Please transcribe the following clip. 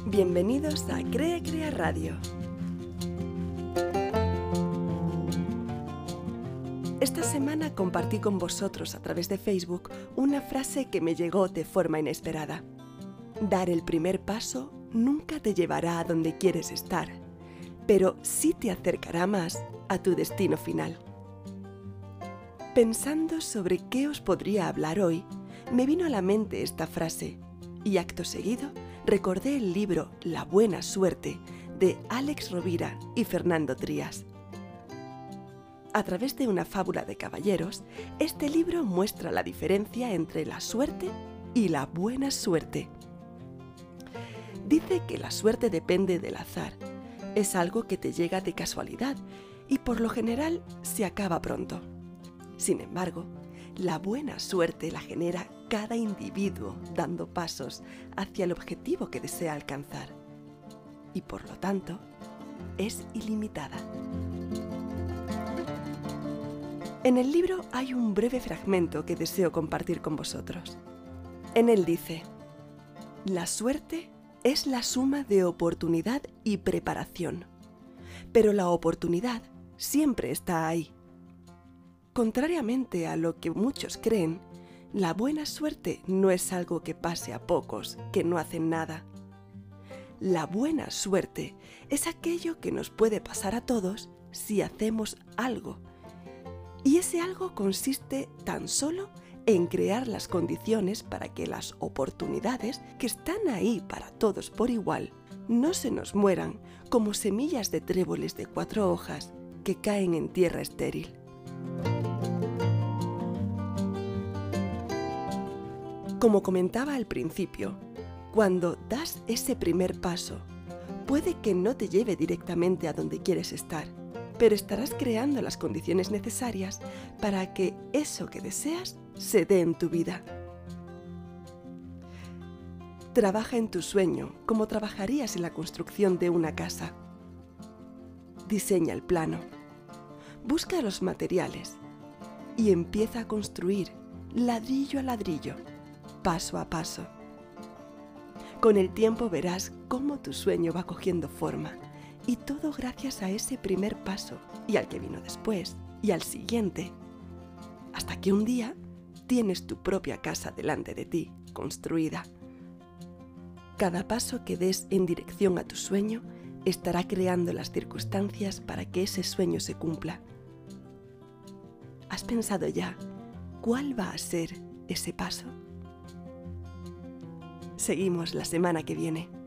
Bienvenidos a Crea Radio. Esta semana compartí con vosotros a través de Facebook una frase que me llegó de forma inesperada. Dar el primer paso nunca te llevará a donde quieres estar, pero sí te acercará más a tu destino final. Pensando sobre qué os podría hablar hoy, me vino a la mente esta frase y acto seguido recordé el libro La buena suerte de Àlex Rovira y Fernando Trías. A través de una fábula de caballeros, este libro muestra la diferencia entre la suerte y la buena suerte. Dice que la suerte depende del azar, es algo que te llega de casualidad y por lo general se acaba pronto. Sin embargo, la buena suerte la genera cada individuo dando pasos hacia el objetivo que desea alcanzar y por lo tanto es ilimitada. En el libro hay un breve fragmento que deseo compartir con vosotros. En él dice: la suerte es la suma de oportunidad y preparación, pero la oportunidad siempre está ahí. Contrariamente a lo que muchos creen, la buena suerte no es algo que pase a pocos que no hacen nada. La buena suerte es aquello que nos puede pasar a todos si hacemos algo. Y ese algo consiste tan solo en crear las condiciones para que las oportunidades que están ahí para todos por igual no se nos mueran como semillas de tréboles de 4 hojas que caen en tierra estéril. Como comentaba al principio, cuando das ese primer paso, puede que no te lleve directamente a donde quieres estar, pero estarás creando las condiciones necesarias para que eso que deseas se dé en tu vida. Trabaja en tu sueño como trabajarías en la construcción de una casa. Diseña el plano, busca los materiales y empieza a construir ladrillo a ladrillo, paso a paso. Con el tiempo verás cómo tu sueño va cogiendo forma y todo gracias a ese primer paso y al que vino después y al siguiente, hasta que un día tienes tu propia casa delante de ti, construida. Cada paso que des en dirección a tu sueño estará creando las circunstancias para que ese sueño se cumpla. ¿Has pensado ya cuál va a ser ese paso? Seguimos la semana que viene.